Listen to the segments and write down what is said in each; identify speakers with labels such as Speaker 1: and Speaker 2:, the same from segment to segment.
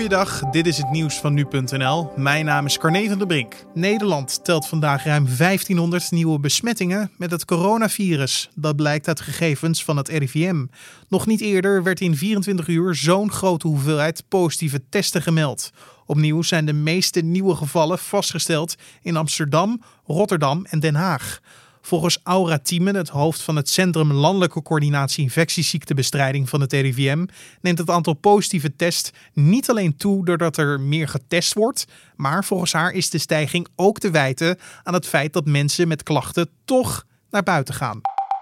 Speaker 1: Goeiedag, dit is het nieuws van nu.nl. Mijn naam is Carne van der Brink. Nederland telt vandaag ruim 1500 nieuwe besmettingen met het coronavirus. Dat blijkt uit gegevens van het RIVM. Nog niet eerder werd in 24 uur zo'n grote hoeveelheid positieve testen gemeld. Opnieuw zijn de meeste nieuwe gevallen vastgesteld in Amsterdam, Rotterdam en Den Haag. Volgens Aura Thiemen, het hoofd van het Centrum Landelijke Coördinatie Infectieziektebestrijding van het RIVM, neemt het aantal positieve tests niet alleen toe doordat er meer getest wordt, maar volgens haar is de stijging ook te wijten aan het feit dat mensen met klachten toch naar buiten gaan.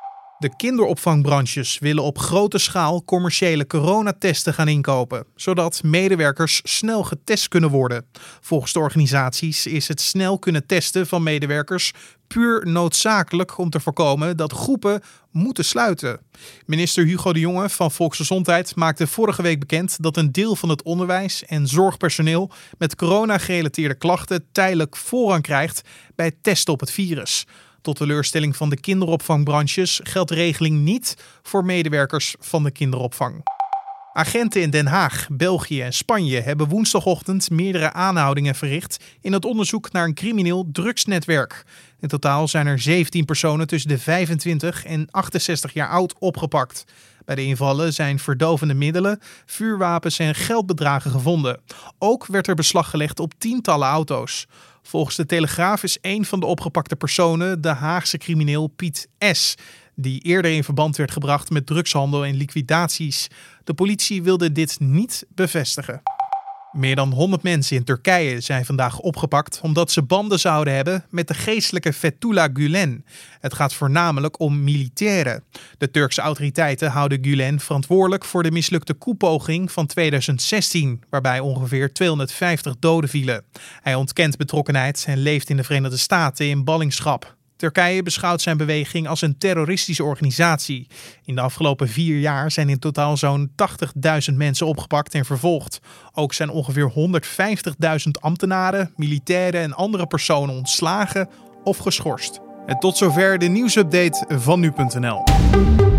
Speaker 1: De kinderopvangbranches willen op grote schaal commerciële coronatesten gaan inkopen, zodat medewerkers snel getest kunnen worden. Volgens de organisaties is het snel kunnen testen van medewerkers puur noodzakelijk om te voorkomen dat groepen moeten sluiten. Minister Hugo de Jonge van Volksgezondheid maakte vorige week bekend dat een deel van het onderwijs en zorgpersoneel met corona-gerelateerde klachten tijdelijk voorrang krijgt bij het testen op het virus. Tot teleurstelling van de kinderopvangbranches geldt de regeling niet voor medewerkers van de kinderopvang. Agenten in Den Haag, België en Spanje hebben woensdagochtend meerdere aanhoudingen verricht in het onderzoek naar een crimineel drugsnetwerk. In totaal zijn er 17 personen tussen de 25 en 68 jaar oud opgepakt. Bij de invallen zijn verdovende middelen, vuurwapens en geldbedragen gevonden. Ook werd er beslag gelegd op tientallen auto's. Volgens de Telegraaf is een van de opgepakte personen de Haagse crimineel Piet S., die eerder in verband werd gebracht met drugshandel en liquidaties. De politie wilde dit niet bevestigen. Meer dan 100 mensen in Turkije zijn vandaag opgepakt omdat ze banden zouden hebben met de geestelijke Fethullah Gülen. Het gaat voornamelijk om militairen. De Turkse autoriteiten houden Gülen verantwoordelijk voor de mislukte koepoging van 2016, waarbij ongeveer 250 doden vielen. Hij ontkent betrokkenheid en leeft in de Verenigde Staten in ballingschap. Turkije beschouwt zijn beweging als een terroristische organisatie. In de afgelopen 4 jaar zijn in totaal zo'n 80.000 mensen opgepakt en vervolgd. Ook zijn ongeveer 150.000 ambtenaren, militairen en andere personen ontslagen of geschorst. En tot zover de nieuwsupdate van nu.nl.